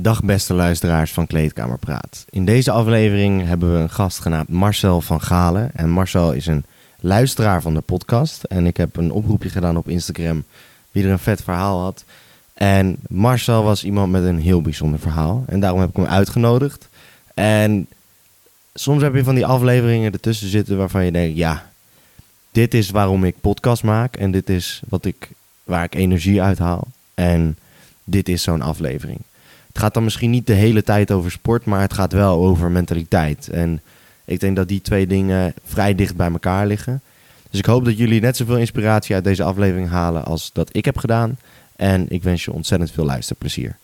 Dag beste luisteraars van Kleedkamerpraat. In deze aflevering hebben we een gast genaamd Marcel van Galen. En Marcel is een luisteraar van de podcast. En ik heb een oproepje gedaan op Instagram wie er een vet verhaal had. En Marcel was iemand met een heel bijzonder verhaal. En daarom heb ik hem uitgenodigd. En soms heb je van die afleveringen ertussen zitten waarvan je denkt, ja, dit is waarom ik podcast maak. En dit is waar ik energie uit haal. En dit is zo'n aflevering. Het gaat dan misschien niet de hele tijd over sport, maar het gaat wel over mentaliteit. En ik denk dat die twee dingen vrij dicht bij elkaar liggen. Dus ik hoop dat jullie net zoveel inspiratie uit deze aflevering halen als dat ik heb gedaan. En ik wens je ontzettend veel luisterplezier.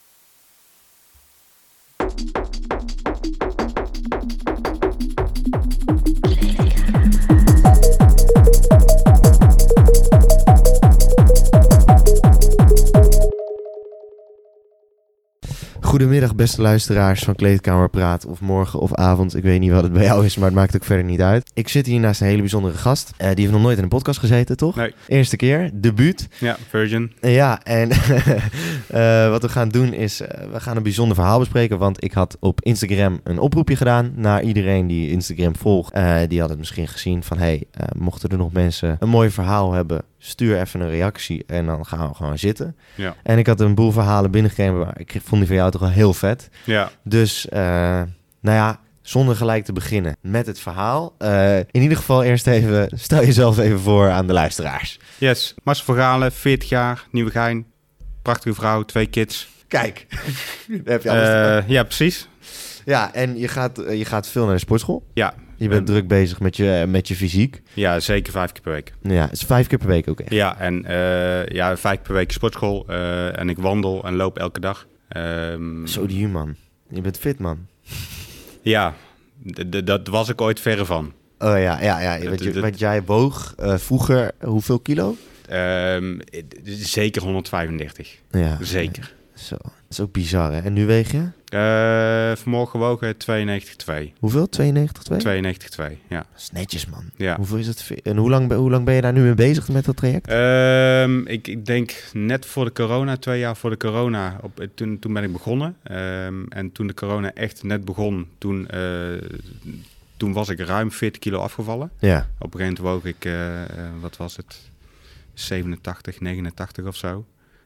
Goedemiddag beste luisteraars van Kleedkamerpraat, of morgen of avond. Ik weet niet wat het bij jou is, maar het maakt ook verder niet uit. Ik zit hier naast een hele bijzondere gast. Die heeft nog nooit in een podcast gezeten, toch? Nee. Eerste keer, debuut. Ja, Virgin. Ja, en wat we gaan doen is, we gaan een bijzonder verhaal bespreken. Want ik had op Instagram een oproepje gedaan naar iedereen die Instagram volgt. Die had het misschien gezien van, mochten er nog mensen een mooi verhaal hebben, stuur even een reactie en dan gaan we gewoon zitten. Ja. En ik had een boel verhalen binnengekregen, maar ik vond die van jou toch wel heel vet. Ja. Dus, zonder gelijk te beginnen met het verhaal. In ieder geval eerst even, stel jezelf even voor aan de luisteraars. Yes, Marcel van Galen, 40 jaar, Nieuwegein. Prachtige vrouw, 2 kids. Kijk, daar heb je alles. Ja, precies. Ja, en je gaat veel naar de sportschool. Ja. Je bent druk bezig met je fysiek. Ja, zeker 5 keer per week. Ja, het is 5 keer per week ook echt. Ja, en 5 keer per week sportschool. En ik wandel en loop elke dag. Zo die man. Je bent fit, man. Ja, dat was ik ooit verre van. Oh ja. Want jij woog vroeger hoeveel kilo? Zeker 135. Ja. Zeker. Zo, dat is ook bizar, hè? En nu weeg je? Vanmorgen gewogen 92,2. Hoeveel? 92,2? 92,2, ja. Dat is netjes, man. Ja. Hoeveel is het? En hoe lang ben je daar nu mee bezig met dat traject? Ik denk net voor de corona, 2 jaar voor de corona, toen ben ik begonnen. En toen de corona echt net begon, toen was ik ruim 40 kilo afgevallen. Ja. Op een gegeven moment woog ik, wat was het, 87, 89 of zo.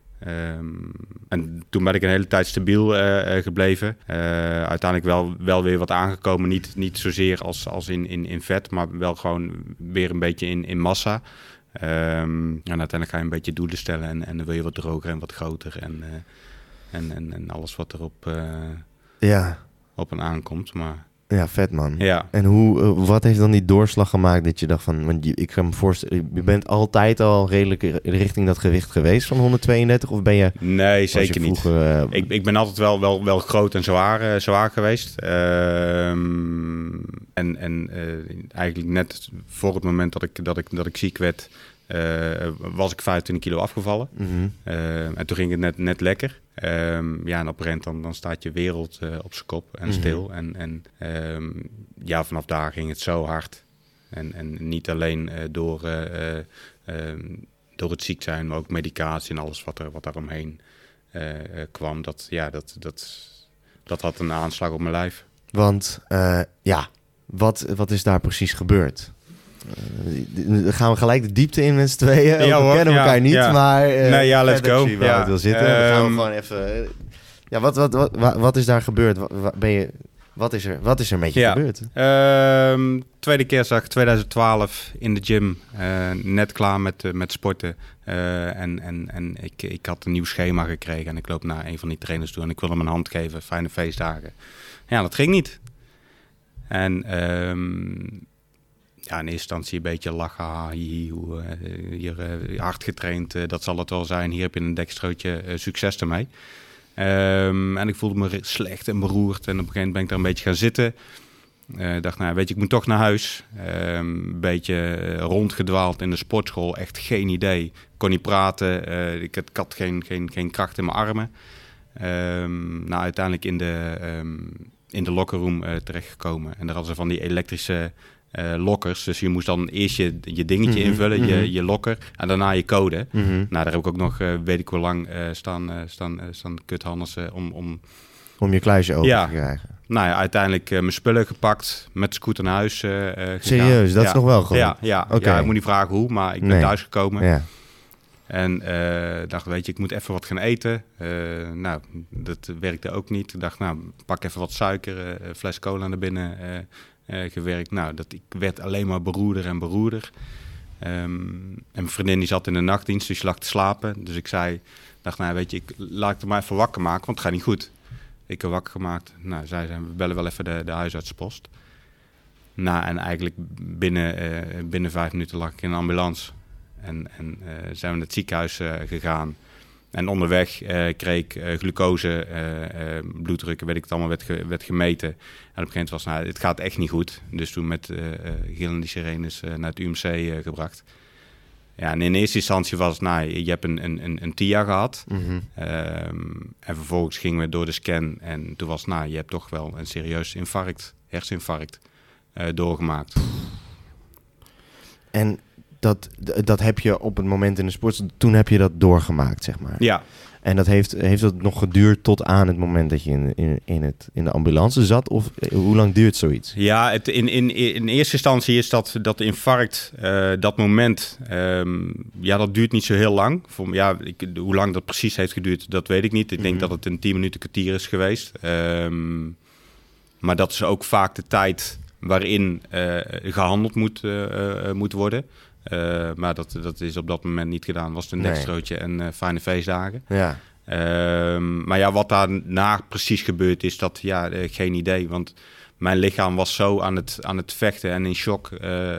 En toen ben ik een hele tijd stabiel gebleven. Uiteindelijk wel weer wat aangekomen. Niet zozeer als in vet, maar wel gewoon weer een beetje in massa. En uiteindelijk ga je een beetje doelen stellen en dan wil je wat droger en wat groter. En alles wat erop op en aankomt. Maar ja, vet, man. Ja. En wat heeft dan die doorslag gemaakt dat je dacht van... Want ik kan me voorstellen, je bent altijd al redelijk richting dat gewicht geweest van 132? Of ben je... Nee, zeker vroeger, niet. Ik ben altijd wel groot en zwaar geweest. Eigenlijk net voor het moment dat ik ziek werd... was ik 25 kilo afgevallen. Mm-hmm. En toen ging het net lekker. En op een gegeven moment dan staat je wereld op zijn kop en stil. En vanaf daar ging het zo hard. En niet alleen door het ziek zijn, maar ook medicatie en alles wat daar omheen kwam. Dat had een aanslag op mijn lijf. Want wat is daar precies gebeurd? Dan gaan we gelijk de diepte in met z'n tweeën. We kennen elkaar niet, maar... let's go. Zie waar het wil zitten. Dan gaan we gewoon even... wat is daar gebeurd? Wat is er met je gebeurd? Tweede kerstdag 2012 in de gym. Net klaar met sporten. En ik had een nieuw schema gekregen. En ik loop naar een van die trainers toe. En ik wilde hem een hand geven. Fijne feestdagen. Ja, dat ging niet. En... in eerste instantie een beetje lachen. Hier hard getraind, dat zal het wel zijn. Hier heb je een dekstrootje, succes ermee. En ik voelde me slecht en beroerd. En op een gegeven moment ben ik daar een beetje gaan zitten. Ik dacht, ik moet toch naar huis. Een beetje rondgedwaald in de sportschool. Echt geen idee. Ik kon niet praten. Ik had geen kracht in mijn armen. Uiteindelijk in de lockerroom terechtgekomen. En daar hadden ze van die elektrische lokkers. Dus je moest dan eerst je dingetje invullen, je lokker, en daarna je code. Nou, daar heb ik ook nog, weet ik hoe lang, staan kuthandels om je kluisje open te krijgen. Nou ja, uiteindelijk mijn spullen gepakt, met de scooter naar huis gegaan. Serieus, dat is nog wel gewoon? Ja, okay. Ja, ik moet niet vragen hoe, maar ik ben thuisgekomen. Ja. En dacht, weet je, ik moet even wat gaan eten. Nou, dat werkte ook niet. Ik dacht, nou, pak even wat suiker, fles cola naar binnen gewerkt. Nou, ik werd alleen maar beroerder en beroerder. En mijn vriendin die zat in de nachtdienst, dus je lag te slapen. Dus ik dacht, nou, weet je, laat ik er maar even wakker maken, want het gaat niet goed. Ik heb wakker gemaakt. Nou, zij zei, we bellen wel even de huisartspost. Nou, en eigenlijk binnen 5 minuten lag ik in een ambulance. En zijn we naar het ziekenhuis gegaan. En onderweg kreeg ik glucose, bloeddruk, weet ik het allemaal, werd gemeten. En op een gegeven moment was het gaat echt niet goed. Dus toen met gillende sirenes naar het UMC gebracht. Ja, en in eerste instantie was het, je hebt een TIA gehad. En vervolgens gingen we door de scan. En toen was het, je hebt toch wel een serieus herseninfarct doorgemaakt. En dat heb je op het moment in de sport, toen heb je dat doorgemaakt, zeg maar. Ja. En dat heeft dat nog geduurd tot aan het moment dat je in de ambulance zat? Of hoe lang duurt zoiets? Ja, in eerste instantie is dat infarct, dat moment, dat duurt niet zo heel lang. Hoe lang dat precies heeft geduurd, dat weet ik niet. Ik denk dat het een 10 minuten kwartier is geweest. Maar dat is ook vaak de tijd waarin gehandeld moet worden. Maar dat is op dat moment niet gedaan. Was het een dekstrootje en fijne feestdagen. Ja. Maar ja, wat daarna precies gebeurd is, geen idee. Want mijn lichaam was zo aan het vechten en in shock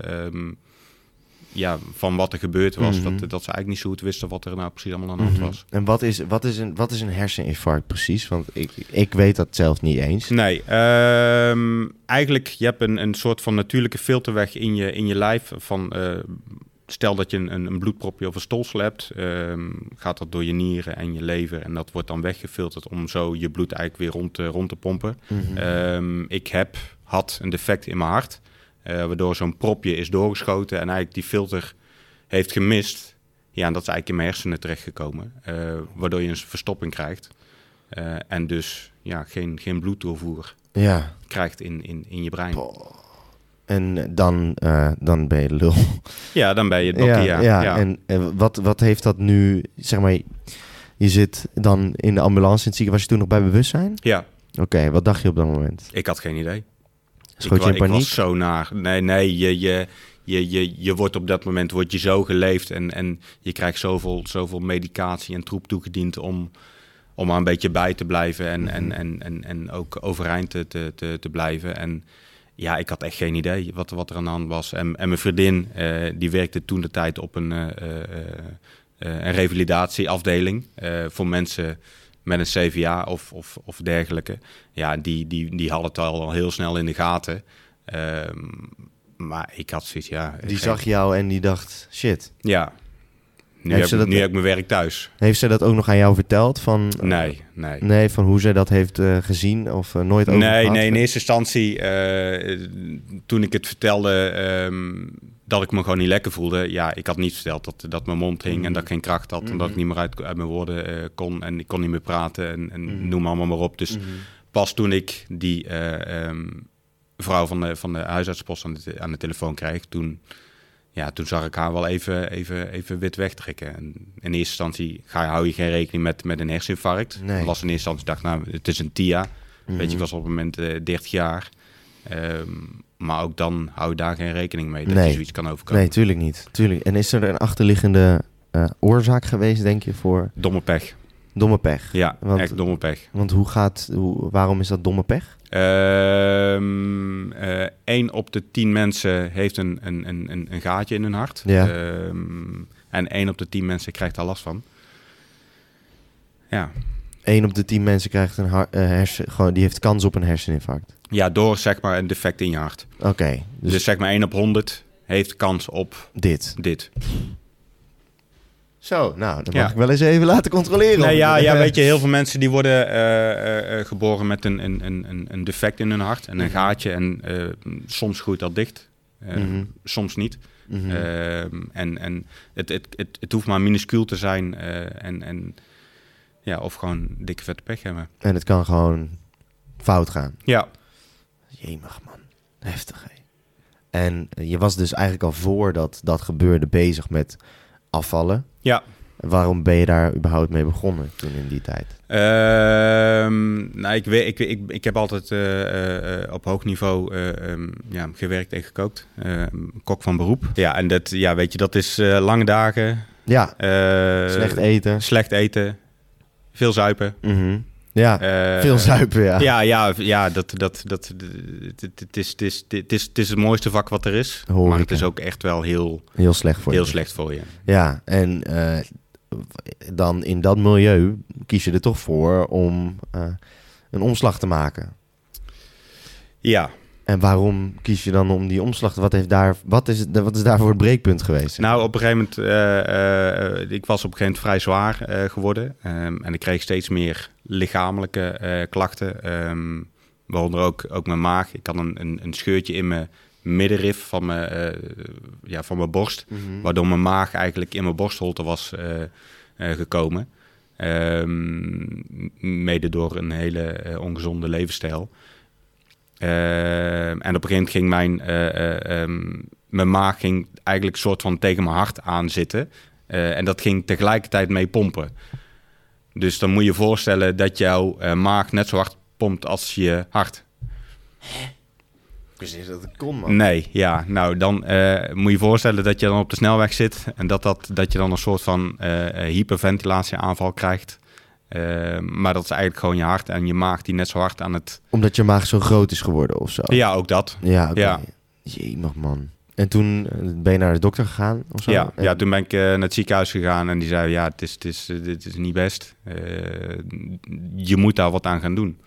van wat er gebeurd was. Dat ze eigenlijk niet zo goed wisten wat er nou precies allemaal aan de hand was. En wat is een herseninfarct precies? Want ik weet dat zelf niet eens. Nee, eigenlijk je hebt een soort van natuurlijke filterweg in je lijf. Stel dat je een bloedpropje of een stolsel hebt, gaat dat door je nieren en je lever. En dat wordt dan weggefilterd om zo je bloed eigenlijk weer rond te pompen. Ik had een defect in mijn hart. Waardoor zo'n propje is doorgeschoten en eigenlijk die filter heeft gemist. Ja, en dat is eigenlijk in mijn hersenen terechtgekomen. Waardoor je een verstopping krijgt. En dus geen bloeddoorvoer krijgt in je brein. En dan ben je de lul. Ja, dan ben je het dokter, ja. En wat heeft dat nu, zeg maar, je zit dan in de ambulance in het ziekenhuis, was je toen nog bij bewustzijn? Ja. Oké, wat dacht je op dat moment? Ik had geen idee. Schoot je in paniek? Ik was zo naar. Nee, je wordt op dat moment zo geleefd en je krijgt zoveel medicatie en troep toegediend om maar een beetje bij te blijven en ook overeind te blijven. En ja, ik had echt geen idee wat er aan de hand was. En mijn vriendin, die werkte toen de tijd op een revalidatieafdeling voor mensen met een CVA of dergelijke. Ja, die hadden het al heel snel in de gaten. Maar ik had zoiets, Die zag jou en die dacht, shit. Ja, nu heb ik mijn werk thuis. Heeft zij dat ook nog aan jou verteld? Nee. Nee, van hoe zij dat heeft gezien of nooit over gehad? Nee, in eerste instantie, toen ik het vertelde, dat ik me gewoon niet lekker voelde. Ja, ik had niet verteld dat mijn mond hing en dat ik geen kracht had. En dat ik niet meer uit mijn woorden kon. En ik kon niet meer praten en noem allemaal maar op. Dus pas toen ik die vrouw van de huisartspost aan de telefoon kreeg, toen zag ik haar wel even wit wegtrekken. En in eerste instantie hou je geen rekening met een herseninfarct. Nee. Ik was in eerste instantie dacht, het is een TIA. Weet je, ik was op het moment 30 jaar. Maar ook dan hou je daar geen rekening mee dat je zoiets kan overkomen. Nee, tuurlijk niet. Tuurlijk. En is er een achterliggende oorzaak geweest, denk je, voor... Domme pech. Domme pech? Ja, echt domme pech. Want waarom is dat domme pech? 1 op de 10 mensen heeft een gaatje in hun hart. Ja. En 1 op de 10 mensen krijgt daar last van. Ja. 1 op de 10 mensen krijgt die heeft kans op een herseninfarct. Ja, door zeg maar een defect in je hart. Oké. Dus zeg maar 1 op 100 heeft kans op dit. Zo, nou, dan mag ik wel eens even laten controleren. Nee, weet je, heel veel mensen die worden geboren met een defect in hun hart en een gaatje. En soms groeit dat dicht Soms niet. Mhm. En het hoeft maar minuscuul te zijn of gewoon dikke vette pech hebben. En het kan gewoon fout gaan. Ja. Jemig, man. Heftig, hè. En je was dus eigenlijk al voordat dat gebeurde bezig met afvallen. Ja. Waarom ben je daar überhaupt mee begonnen toen in die tijd? Ik heb altijd op hoog niveau gewerkt en gekookt. Kok van beroep. Ja, en dat is lange dagen. Ja, slecht eten. Veel zuipen. Mhm. Ja, veel zuipen, ja. Het is het mooiste vak wat er is. Horeca. Maar het is ook echt wel heel slecht voor heel je. slecht voor je. Ja, en dan in dat milieu kies je er toch voor om een omslag te maken. Ja. En waarom kies je dan om die omslag? Wat is daarvoor het breekpunt geweest? Nou, op een gegeven moment, ik was op een gegeven moment vrij zwaar geworden. En ik kreeg steeds meer lichamelijke klachten. Waaronder ook mijn maag. Ik had een scheurtje in mijn middenrif van mijn borst. Mhm. Waardoor mijn maag eigenlijk in mijn borstholte was gekomen. Mede door een hele ongezonde levensstijl. En op een gegeven moment ging mijn maag ging eigenlijk soort van tegen mijn hart aan zitten. En dat ging tegelijkertijd mee pompen. Dus dan moet je je voorstellen dat jouw maag net zo hard pompt als je hart. Precies dat het kon, man. Nee, ja. Nou, dan moet je je voorstellen dat je dan op de snelweg zit. En dat je dan een soort van hyperventilatieaanval krijgt. Maar dat is eigenlijk gewoon je hart en je maag die net zo hard aan het... Omdat je maag zo groot is geworden of zo? Ja, ook dat. Ja, oké. Ja. Jemig, man. En toen ben je naar de dokter gegaan of zo? Ja, toen ben ik naar het ziekenhuis gegaan en die zei... Ja, dit is niet best. Je moet daar wat aan gaan doen.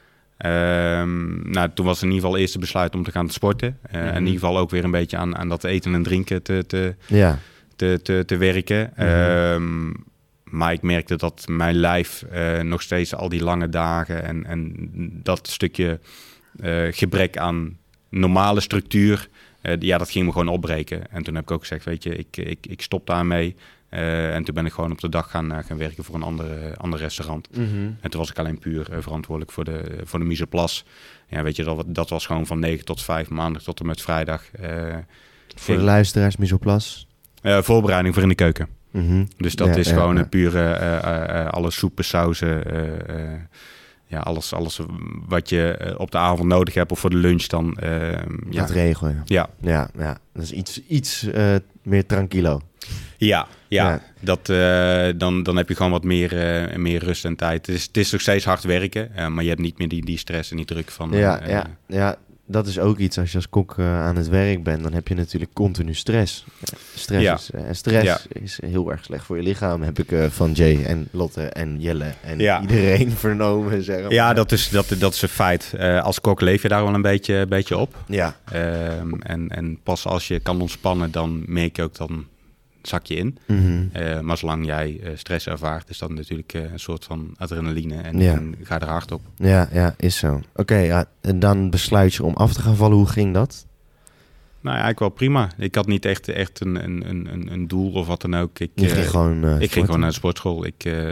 Toen was in ieder geval eerst het besluit om te gaan sporten. En in ieder geval ook weer een beetje aan dat eten en drinken te werken. Maar ik merkte dat mijn lijf nog steeds al die lange dagen... en dat stukje gebrek aan normale structuur... dat ging me gewoon opbreken. En toen heb ik ook gezegd, weet je, ik stop daarmee. En toen ben ik gewoon op de dag gaan werken voor een ander restaurant. Mm-hmm. En toen was ik alleen puur verantwoordelijk voor de mise en place. Ja, weet je, dat was gewoon van 9 tot 5, maandag tot en met vrijdag. Voor de luisteraars, mise en place? Voorbereiding voor in de keuken. Mm-hmm. Dus dat is gewoon een pure alle soepen, sauzen... alles wat je op de avond nodig hebt of voor de lunch dan... Dat regelen. Ja. Ja, dat is iets meer tranquilo. Ja. Dan heb je gewoon wat meer rust en tijd. Het is nog steeds hard werken, maar je hebt niet meer die stress en die druk van... Ja, dat is ook iets. Als je als kok aan het werk bent, dan heb je natuurlijk continu stress. Stress is heel erg slecht voor je lichaam. Heb ik van Jay en Lotte en Jelle en iedereen vernomen. Zeg maar. Ja, dat is een feit. Als kok leef je daar wel een beetje op. Ja. En pas als je kan ontspannen, dan merk je ook dan zak je in. Mm-hmm. Maar zolang jij stress ervaart, is dat natuurlijk een soort van adrenaline en ga er hard op. Ja, is zo. Oké, en dan besluit je om af te gaan vallen. Hoe ging dat? Nou ja, eigenlijk wel prima. Ik had niet echt een doel of wat dan ook. Ik ging gewoon naar de sportschool.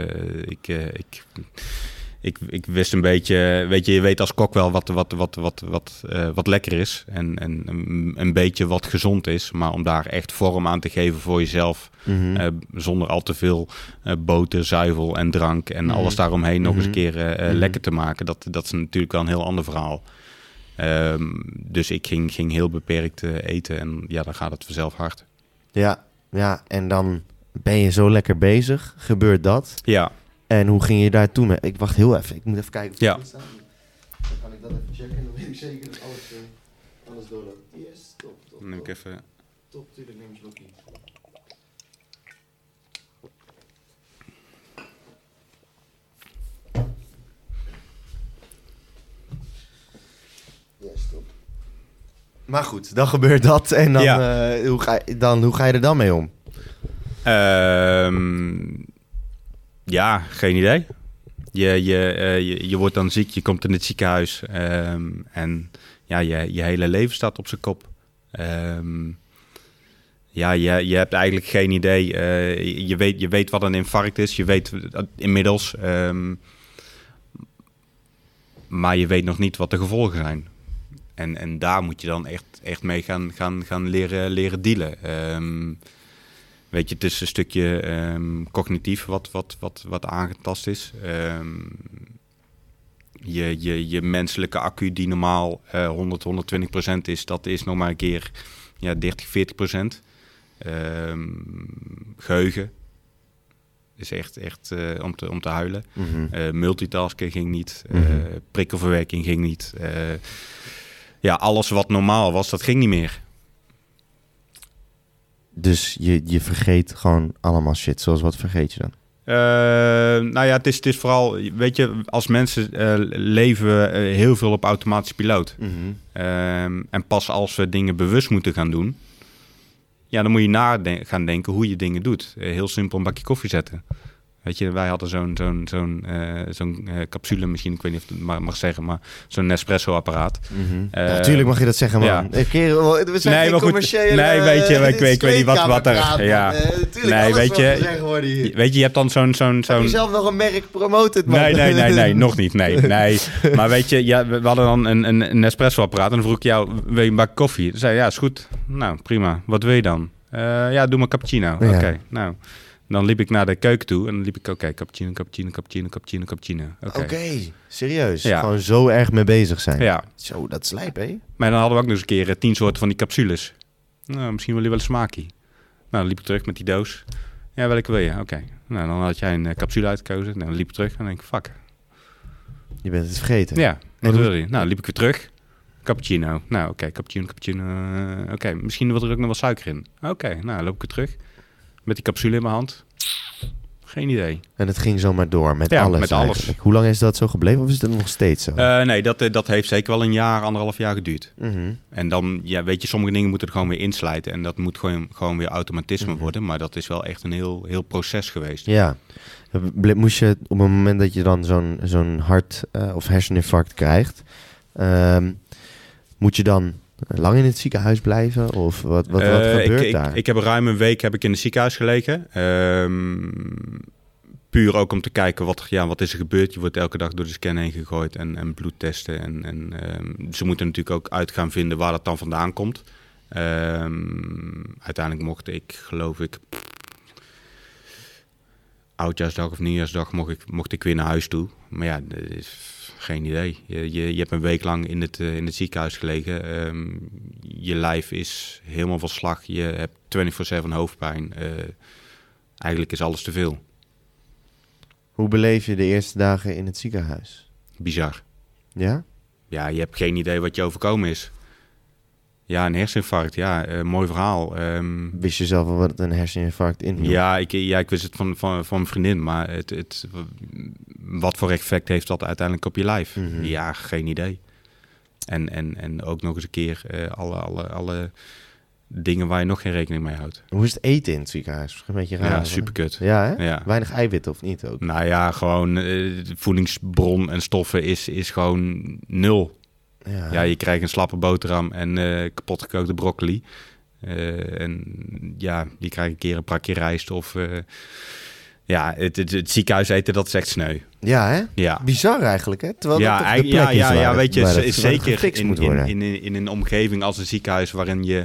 Ik wist een beetje... Weet je weet als kok wel wat lekker is. En een beetje wat gezond is. Maar om daar echt vorm aan te geven voor jezelf... Mm-hmm. Zonder al te veel boter, zuivel en drank... en alles daaromheen nog eens een keer lekker te maken... Dat is natuurlijk wel een heel ander verhaal. Dus ik ging heel beperkt eten. En ja, dan gaat het vanzelf hard. Ja, en dan ben je zo lekker bezig. Gebeurt dat? Ja. En hoe ging je daar toen mee? Ik wacht heel even. Ik moet even kijken of het goed staat. Dan kan ik dat even checken. En dan weet ik zeker dat alles doorloopt. Yes, top. Dan neem ik even... Top, tuurlijk neem je slokje. Yes, top. Maar goed, dan gebeurt dat. En dan, hoe ga je er dan mee om? Ja, geen idee. Je wordt dan ziek, je komt in het ziekenhuis en ja, je hele leven staat op zijn kop. Je hebt eigenlijk geen idee. Je weet wat een infarct is. Je weet inmiddels. Maar je weet nog niet wat de gevolgen zijn. En daar moet je dan echt mee gaan leren dealen. Weet je, het is een stukje cognitief wat aangetast is. Je menselijke accu die normaal 100-120% is, dat is nog maar een keer 30-40%. Geheugen is echt om te huilen. Mm-hmm. Multitasken ging niet. Mm-hmm. Prikkelverwerking ging niet. Alles wat normaal was, dat ging niet meer. Dus je vergeet gewoon allemaal shit. Zoals wat vergeet je dan? Het is vooral, weet je, als mensen leven we heel veel op automatische piloot. Mm-hmm. En pas als we dingen bewust moeten gaan doen, dan moet je gaan denken hoe je dingen doet. Heel simpel een bakje koffie zetten. Weet je, wij hadden zo'n capsulemachine, ik weet niet of ik het mag zeggen, maar zo'n Nespresso-apparaat. Mm-hmm. Natuurlijk mag je dat zeggen, man. Ja. We zijn geen commerciële... Nee, weet je, ik weet niet wat er... Ja. Tuurlijk, weet je, je hebt dan zo'n... Heb je zelf nog een merk promoted, man? Nee, nog niet, nee. Maar weet je, we hadden dan een Nespresso-apparaat en dan vroeg ik jou, wil je een bak koffie? Dan zei je, ja, is goed. Nou, prima. Wat wil je dan? Doe maar cappuccino. Ja. Oké, nou... Dan liep ik naar de keuken toe en dan liep ik, cappuccino. Oké, serieus? Ja. Gewoon zo erg mee bezig zijn? Ja. Zo, dat is lijp, hè? Maar dan hadden we ook nog eens een keer 10 soorten van die capsules. Nou, misschien wil je wel een smaakje. Nou, dan liep ik terug met die doos. Ja, welke wil je? Oké. Nou, dan had jij een capsule uitgekozen. Nou, dan liep ik terug en dan denk ik, fuck. Je bent het vergeten? Ja, wat wil je? Nou, dan liep ik weer terug. Cappuccino. Nou, oké, cappuccino. Oké, misschien wil er ook nog wel suiker in. Oké, nou, dan loop ik weer terug. Met die capsule in mijn hand. Geen idee. En het ging zomaar door met alles. Met alles. Eigenlijk. Hoe lang is dat zo gebleven of is het nog steeds zo? Nee, dat heeft zeker wel 1,5 jaar geduurd. Mm-hmm. En dan, weet je, sommige dingen moeten er gewoon weer insluiten. En dat moet gewoon weer automatisme worden. Maar dat is wel echt een heel proces geweest. Ja. Moest je op het moment dat je dan zo'n hart- of herseninfarct krijgt... moet je dan lang in het ziekenhuis blijven? Of wat gebeurt daar? Ik heb ruim een week in het ziekenhuis gelegen. Puur ook om te kijken wat is er gebeurd. Je wordt elke dag door de scan heen gegooid en bloedtesten. En ze moeten natuurlijk ook uit gaan vinden waar dat dan vandaan komt. Uiteindelijk mocht ik, geloof ik, oudjaarsdag of nieuwjaarsdag mocht ik weer naar huis toe. Maar ja, dat is geen idee. Je hebt een week lang in het ziekenhuis gelegen. Je lijf is helemaal van slag. Je hebt 24/7 hoofdpijn. Eigenlijk is alles te veel. Hoe beleef je de eerste dagen in het ziekenhuis? Bizar. Ja? Ja, je hebt geen idee wat je overkomen is. Ja, een herseninfarct. Ja, mooi verhaal. Wist je zelf al wat een herseninfarct inhield? Ja, ik wist het van mijn vriendin. Maar wat voor effect heeft dat uiteindelijk op je lijf? Mm-hmm. Ja, geen idee. En ook nog eens een keer alle dingen waar je nog geen rekening mee houdt. Hoe is het eten in het ziekenhuis? Een beetje raar. Ja, superkut. Ja, hè? Ja. Weinig eiwit of niet ook? Nou ja, gewoon de voedingsbron en stoffen is gewoon 0. Ja, je krijgt een slappe boterham en kapot gekookte broccoli. En ja, die krijg een keer een prakje rijst of... het ziekenhuis eten, dat is echt sneu. Ja, hè? Ja. Bizar eigenlijk, hè? Terwijl Ja, dat de plek is waar weet je, waar het zeker gefixt moet worden. in een omgeving als een ziekenhuis waarin je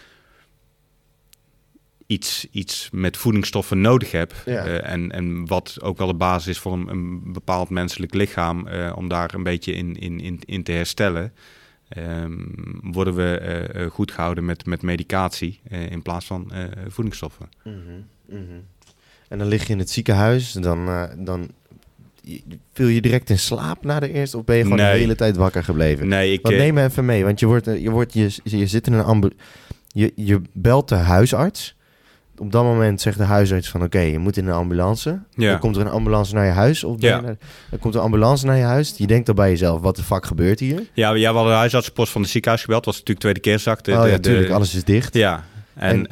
iets met voedingsstoffen nodig hebt. Ja. En wat ook wel de basis is voor een bepaald menselijk lichaam, om daar een beetje in te herstellen. Worden we goed gehouden met medicatie in plaats van voedingsstoffen. Mm-hmm, mm-hmm. En dan lig je in het ziekenhuis, dan viel je direct in slaap na de eerste, of ben je gewoon de hele tijd wakker gebleven? Nee, Want neem me even mee, want je zit in een je belt de huisarts. Op dat moment zegt de huisarts van oké, je moet in een ambulance. Ja. Dan komt er een ambulance naar je huis. Of dan komt een ambulance naar je huis. Je denkt dan bij jezelf, wat de fuck gebeurt hier? Ja, we hadden de huisartsenpost van het ziekenhuis gebeld. Dat was natuurlijk tweede keer zag. Natuurlijk, alles is dicht. Ja, dan...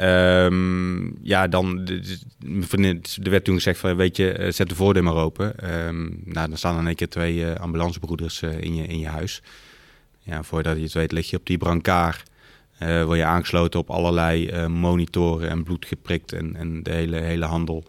Er werd toen gezegd van, weet je, zet de voordeur maar open. Dan staan in één keer 2 ambulancebroeders in je huis. Ja, voordat je het weet lig je op die brancard. Word je aangesloten op allerlei monitoren en bloed geprikt en de hele handel.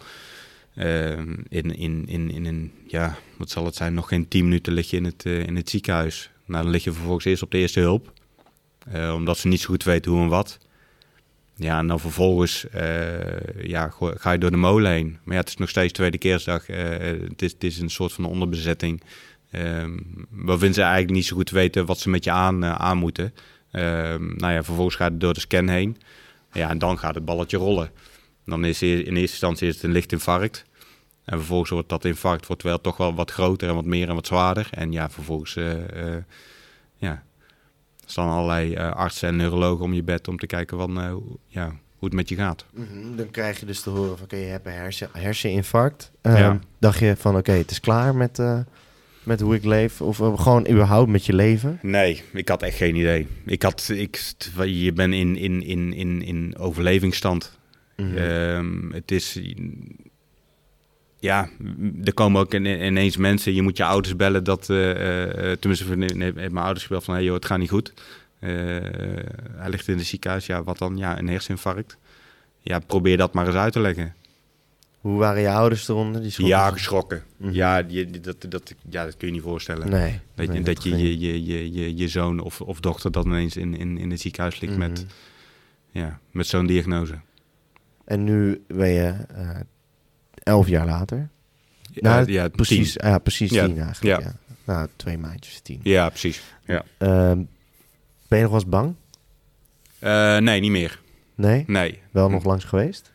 In een, ja, wat zal het zijn, nog geen 10 minuten lig je in het ziekenhuis. Nou, dan lig je vervolgens eerst op de eerste hulp. Omdat ze niet zo goed weten hoe en wat. Ja, en dan vervolgens ga je door de molen heen. Maar ja, het is nog steeds tweede kerstdag. Het is een soort van onderbezetting. Waarin ze eigenlijk niet zo goed weten wat ze met je aan moeten. Vervolgens gaat het door de scan heen. Ja, en dan gaat het balletje rollen. Dan is in eerste instantie is het een licht infarct. En vervolgens wordt dat infarct wel toch wel wat groter en wat meer en wat zwaarder. En ja, vervolgens staan allerlei artsen en neurologen om je bed om te kijken hoe het met je gaat. Mm-hmm. Dan krijg je dus te horen van je hebt een herseninfarct. Ja. Dacht je van het is klaar met hoe ik leef? Of gewoon überhaupt met je leven? Nee, ik had echt geen idee. Je bent in overlevingsstand. Mm-hmm. Het is... Ja, er komen ook ineens mensen. Je moet je ouders bellen. Tenminste, heeft mijn ouders gebeld van... het gaat niet goed. Hij ligt in het ziekenhuis. Ja, wat dan? Ja, een herseninfarct. Ja, probeer dat maar eens uit te leggen. Hoe waren je ouders eronder? Ja, geschrokken. Mm-hmm. Ja, dat kun je niet voorstellen. Nee. Dat je zoon of dochter dan ineens in het ziekenhuis ligt met zo'n diagnose. En nu ben je 11 jaar later. Precies 10 eigenlijk. Ja. Nou, 2 maandjes 10. Ja, precies. Ja. Ben je nog wel eens bang? Nee, niet meer. Nee? Nee. Wel nog langs geweest?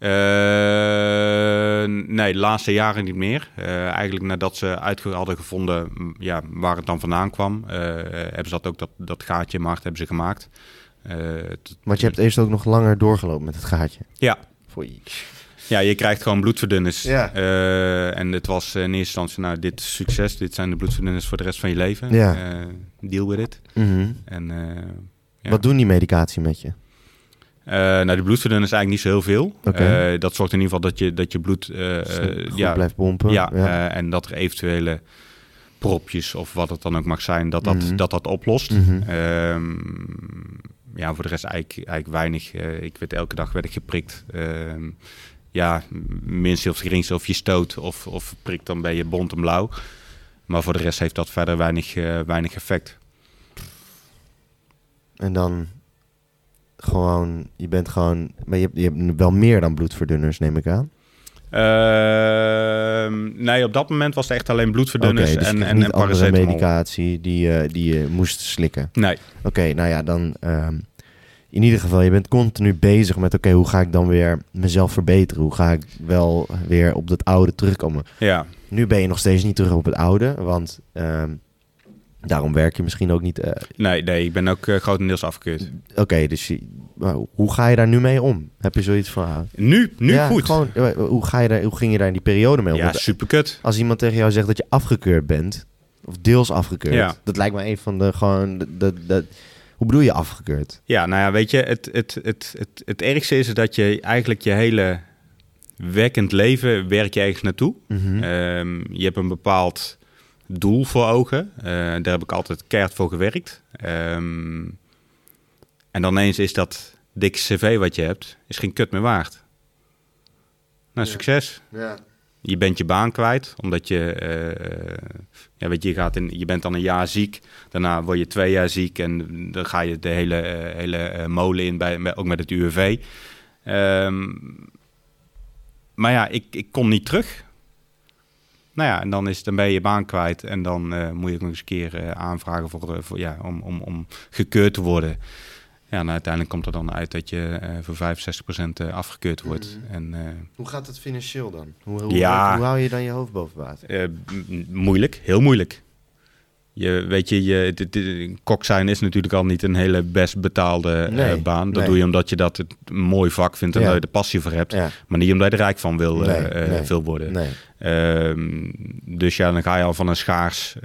Nee, de laatste jaren niet meer. Eigenlijk nadat ze hadden gevonden waar het dan vandaan kwam, hebben ze dat gaatje in mijn hart hebben ze gemaakt. Want je hebt eerst ook nog langer doorgelopen met het gaatje? Ja. Foei. Ja, je krijgt gewoon bloedverdunners. Ja. En het was in eerste instantie, dit is succes. Dit zijn de bloedverdunners voor de rest van je leven. Ja. Deal with it. Mm-hmm. En, Wat doen die medicatie met je? De bloedverdunners eigenlijk niet zo heel veel. Okay. Dat zorgt in ieder geval dat je bloed goed blijft pompen. Ja. En dat er eventuele propjes of wat het dan ook mag zijn, dat oplost. Mm-hmm. Voor de rest eigenlijk weinig. Ik werd elke dag geprikt. Minstens of geringste of je stoot of prikt, dan ben je bont en blauw. Maar voor de rest heeft dat verder weinig effect. En dan je bent gewoon... Maar je hebt wel meer dan bloedverdunners, neem ik aan? Nee, op dat moment was het echt alleen bloedverdunners dus en niet andere paracetamol. Medicatie die je moest slikken? Nee. Oké, nou ja, dan... in ieder geval, je bent continu bezig met... hoe ga ik dan weer mezelf verbeteren? Hoe ga ik wel weer op dat oude terugkomen? Ja. Nu ben je nog steeds niet terug op het oude, want... daarom werk je misschien ook niet... Nee, ik ben ook grotendeels afgekeurd. Oké, dus hoe ga je daar nu mee om? Heb je zoiets van... Nu goed. Gewoon, hoe ging je daar in die periode mee om? Ja, superkut. Als iemand tegen jou zegt dat je afgekeurd bent, of deels afgekeurd, dat lijkt me een van de hoe bedoel je afgekeurd? Ja, nou ja, weet je, het ergste is dat je eigenlijk je hele werkend leven werk je ergens naartoe. Mm-hmm. Je hebt een bepaald doel voor ogen. Daar heb ik altijd keihard voor gewerkt. En dan ineens is dat dikke cv wat je hebt, is geen kut meer waard. Nou, succes. Ja. Je bent je baan kwijt, omdat je je bent dan een jaar ziek. Daarna word je 2 jaar ziek en dan ga je de hele molen in, ook met het UWV. Maar ja, ik kon niet terug. Nou ja, en dan ben je je baan kwijt en dan moet je ook nog eens een keer aanvragen om gekeurd te worden. Ja, en uiteindelijk komt er dan uit dat je voor 65% afgekeurd wordt. En, hoe gaat het financieel dan? Hoe hou je dan je hoofd boven water? Moeilijk, heel moeilijk. Kok zijn is natuurlijk al niet een hele best betaalde baan. Dat doe je omdat je dat het een mooi vak vindt en dat je er passie voor hebt. Ja. Maar niet omdat je er rijk van wil worden. Nee. Dus ja, dan ga je al van een schaars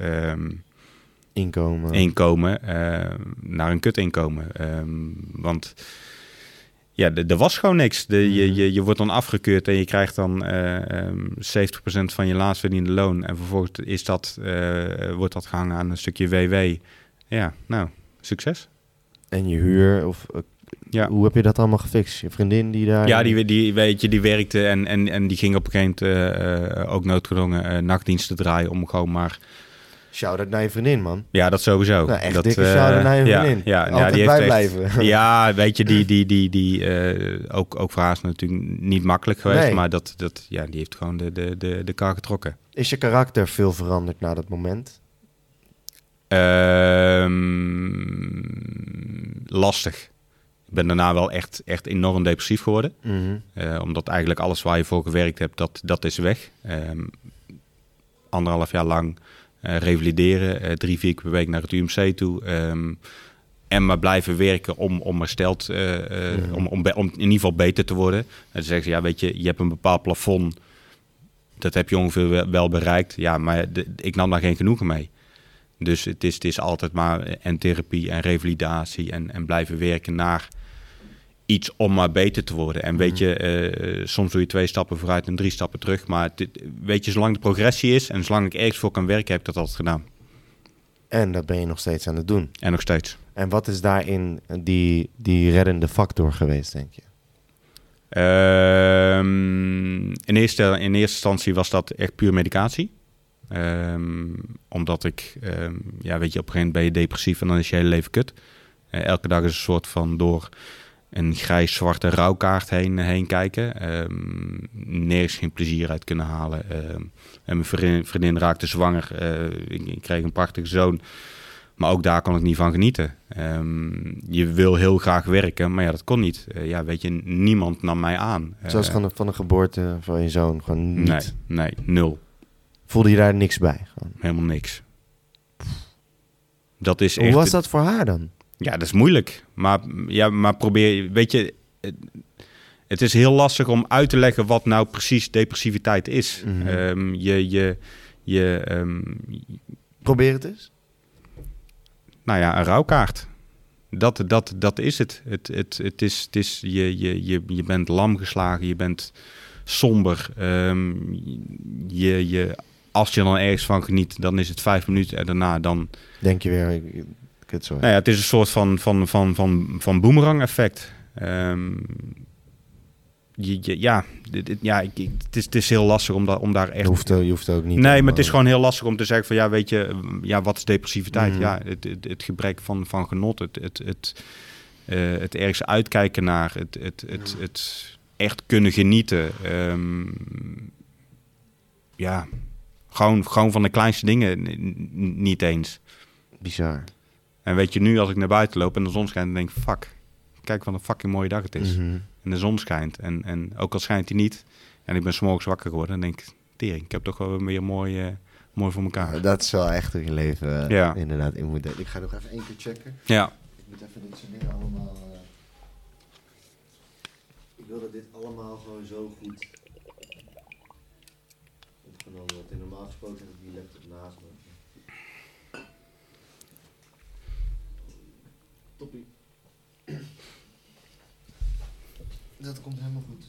inkomen naar een kutinkomen. Want ja, er was gewoon niks. Je wordt dan afgekeurd en je krijgt dan 70% van je laatst verdiende loon. En vervolgens wordt dat gehangen aan een stukje WW. Ja, nou, succes. En je huur, hoe heb je dat allemaal gefixt? Je vriendin die daar... Ja, die werkte en die ging op een gegeven moment ook noodgedwongen nachtdiensten draaien om gewoon maar... Shout-out naar je vriendin, man. Ja, dat sowieso. Nou, echt dikke shout-out naar je vriendin. Altijd die bij heeft blijven. Ja, weet je, die ook voor haar is natuurlijk niet makkelijk geweest. Nee. Maar die heeft gewoon de kar getrokken. Is je karakter veel veranderd na dat moment? Lastig. Ik ben daarna wel echt enorm depressief geworden. Mm-hmm. Omdat eigenlijk alles waar je voor gewerkt hebt, dat is weg. 1,5 jaar lang revalideren. 3-4 keer per week naar het UMC toe. En maar blijven werken om hersteld, om in ieder geval beter te worden. En dan zeggen ze, ja, weet je hebt een bepaald plafond. Dat heb je ongeveer wel bereikt. Ja, maar ik nam daar geen genoegen mee. Dus het is altijd maar en therapie en revalidatie en blijven werken naar iets om maar beter te worden. En weet je, soms doe je 2 stappen vooruit en 3 stappen terug. Maar weet je, zolang de progressie is en zolang ik ergens voor kan werken, heb ik dat altijd gedaan. En dat ben je nog steeds aan het doen? En nog steeds. En wat is daarin die reddende factor geweest, denk je? In eerste instantie was dat echt puur medicatie. Omdat ik, weet je, op een gegeven moment ben je depressief en dan is je hele leven kut. Elke dag is een soort van door een grijs-zwarte rouwkaart heen kijken. Nergens geen plezier uit kunnen halen. En mijn vriendin raakte zwanger. Ik kreeg een prachtige zoon. Maar ook daar kon ik niet van genieten. Je wil heel graag werken, maar ja, dat kon niet. Weet je, niemand nam mij aan. Zoals van de geboorte van je zoon? Gewoon niet? Nee, 0. Voelde je daar niks bij? Gewoon? Helemaal niks. Dat is Hoe was dat voor haar dan? Ja, dat is moeilijk. Maar probeer... Weet je, het is heel lastig om uit te leggen wat nou precies depressiviteit is. Mm-hmm. Probeer het eens. Nou ja, een rouwkaart. Dat is het. Het is je bent lam geslagen, je bent somber. Als je dan ergens van geniet, dan is het 5 minuten en daarna dan... Denk je weer... Nou ja, het is een soort van boomerang effect. Het is heel lastig om daar echt... Je hoeft ook niet... Nee, maar het is gewoon heel lastig om te zeggen van... Ja, weet je, wat is depressiviteit? Mm. Ja, het gebrek van genot. Het ergens uitkijken naar. Het echt kunnen genieten. Gewoon van de kleinste dingen niet eens. Bizar. En weet je, nu als ik naar buiten loop en de zon schijnt... dan denk ik, fuck, kijk wat een fucking mooie dag het is. Mm-hmm. En de zon schijnt. En ook al schijnt hij niet... en ik ben 's morgens wakker geworden... dan denk ik, tering, ik heb toch wel weer mooi voor elkaar. Ja, dat is wel echt hoe je leven inderdaad in moet delen. Ik ga nog even 1 keer checken. Ja. Ik moet even dit soort dingen allemaal... Ik wil dat dit allemaal gewoon zo goed opgenomen wordt. En normaal gesproken heb ik die laptop naast me. Toppie. Dat komt helemaal goed.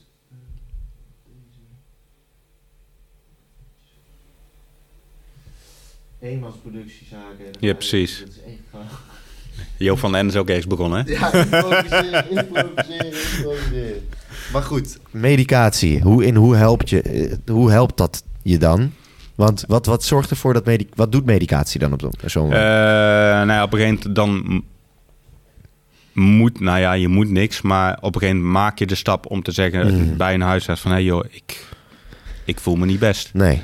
Eenmansproductiezaken. Ja, precies. Dat is echt gewoon... Joop van den Ende is ook ergens begonnen, hè? Ja, improviseren. Maar goed, medicatie. Hoe helpt dat je dan? Want wat zorgt ervoor dat wat doet medicatie dan op zo'n moment? Op een gegeven moment dan je moet niks, maar op een gegeven moment maak je de stap om te zeggen bij een huisarts van, hey joh, ik voel me niet best. Nee.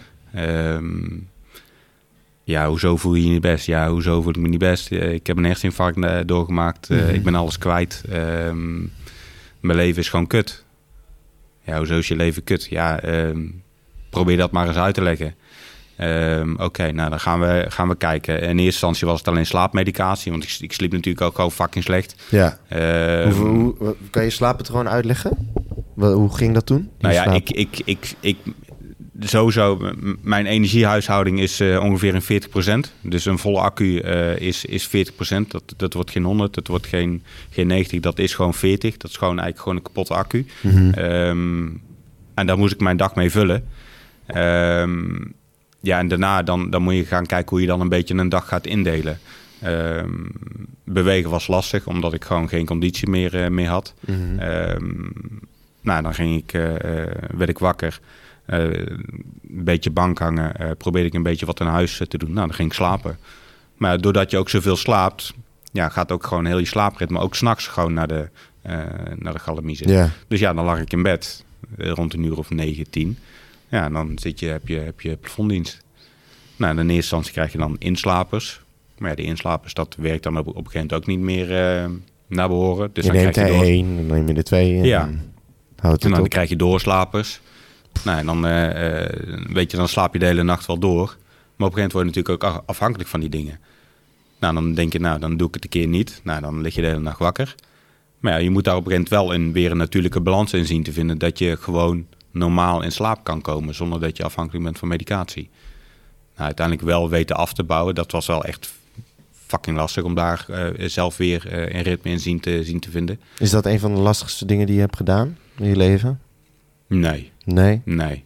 Hoezo voel je je niet best? Ja, hoezo voel ik me niet best? Ik heb een herseninfarct doorgemaakt. Ik ben alles kwijt. Mijn leven is gewoon kut. Ja, hoezo is je leven kut? Ja, probeer dat maar eens uit te leggen. Oké, nou dan gaan we kijken. In eerste instantie was het alleen slaapmedicatie, want ik sliep natuurlijk ook gewoon fucking slecht. Ja. Hoe kan je slaappatroon uitleggen? Hoe ging dat toen? Nou ja, ik sowieso, mijn energiehuishouding is ongeveer een 40%. Dus een volle accu is 40%. Dat wordt geen 100, dat wordt geen 90, dat is gewoon 40. Dat is eigenlijk gewoon een kapotte accu. Mm-hmm. En daar moest ik mijn dag mee vullen. En daarna dan moet je gaan kijken hoe je dan een beetje een dag gaat indelen. Bewegen was lastig, omdat ik gewoon geen conditie meer had. Mhm. Dan werd ik wakker. Een beetje bank hangen. Probeerde ik een beetje wat in huis te doen. Dan ging ik slapen. Maar doordat je ook zoveel slaapt, gaat ook gewoon heel je slaapritme ook 's nachts gewoon naar de galamiezen. Ja. Dus dan lag ik in bed rond een uur of 9, 10. Ja, dan heb je plafonddienst. Nou, in eerste instantie krijg je dan inslapers. Maar ja, die inslapers, dat werkt dan op een gegeven moment ook niet meer naar behoren. Dus Je dan neemt krijg je er 1, dan neem je er 2. Ja. Houdt En het dan op. krijg je doorslapers. Nou, en dan, dan slaap je de hele nacht wel door. Maar op een gegeven moment word je natuurlijk ook afhankelijk van die dingen. Nou, dan denk je, dan doe ik het een keer niet. Nou, dan lig je de hele nacht wakker. Maar ja, je moet daar op een gegeven moment wel weer een natuurlijke balans in zien te vinden. Dat je gewoon normaal in slaap kan komen zonder dat je afhankelijk bent van medicatie. Nou, uiteindelijk wel weten af te bouwen. Dat was wel echt fucking lastig om daar zelf weer een ritme in zien te vinden. Is dat een van de lastigste dingen die je hebt gedaan in je leven? Nee. Nee? Nee,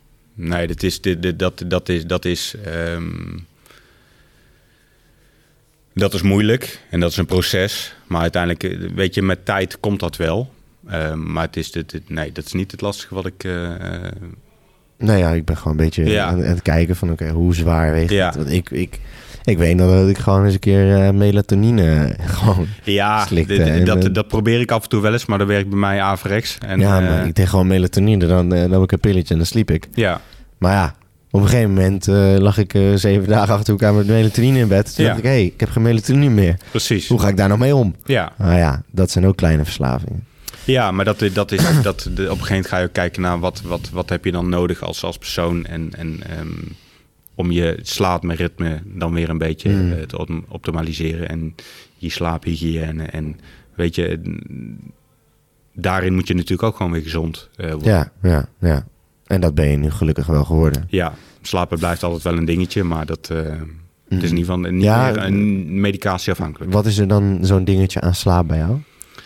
dat is moeilijk en dat is een proces. Maar uiteindelijk, weet je, met tijd komt dat wel. Maar dat is niet het lastige wat ik... Nou ja, ik ben gewoon een beetje aan het kijken van oké, hoe zwaar weegt het? Want ik weet nog dat ik gewoon eens een keer melatonine gewoon slikte. Dat probeer ik af en toe wel eens, maar dat werkt bij mij averechts. En, maar ik deed gewoon melatonine, dan nam ik een pilletje en dan sliep ik. Ja. Maar ja, op een gegeven moment lag ik 7 dagen achter elkaar met melatonine in bed. Toen dacht ik, ik heb geen melatonine meer. Precies. Hoe ga ik daar nou mee om? Ja. Nou ja, dat zijn ook kleine verslavingen. Ja, maar op een gegeven moment ga je ook kijken naar wat heb je dan nodig als persoon en om je slaapritme dan weer een beetje te optimaliseren en je slaaphygiëne en weet je, daarin moet je natuurlijk ook gewoon weer gezond worden. Ja. En dat ben je nu gelukkig wel geworden. Ja, slapen blijft altijd wel een dingetje, maar dat het is in ieder geval niet meer een medicatie afhankelijk. Wat is er dan zo'n dingetje aan slaap bij jou?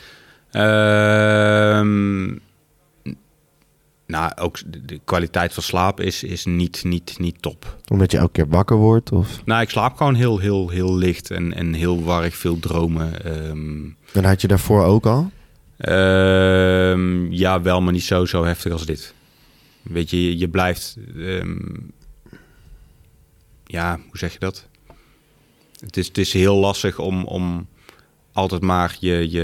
Ook de kwaliteit van slaap is niet top. Omdat je elke keer wakker wordt? Of? Nou, ik slaap gewoon heel licht en heel warrig, veel dromen. En had je daarvoor ook al? Ja, wel, maar niet zo heftig als dit. Weet je, je blijft... hoe zeg je dat? Het is heel lastig om altijd maar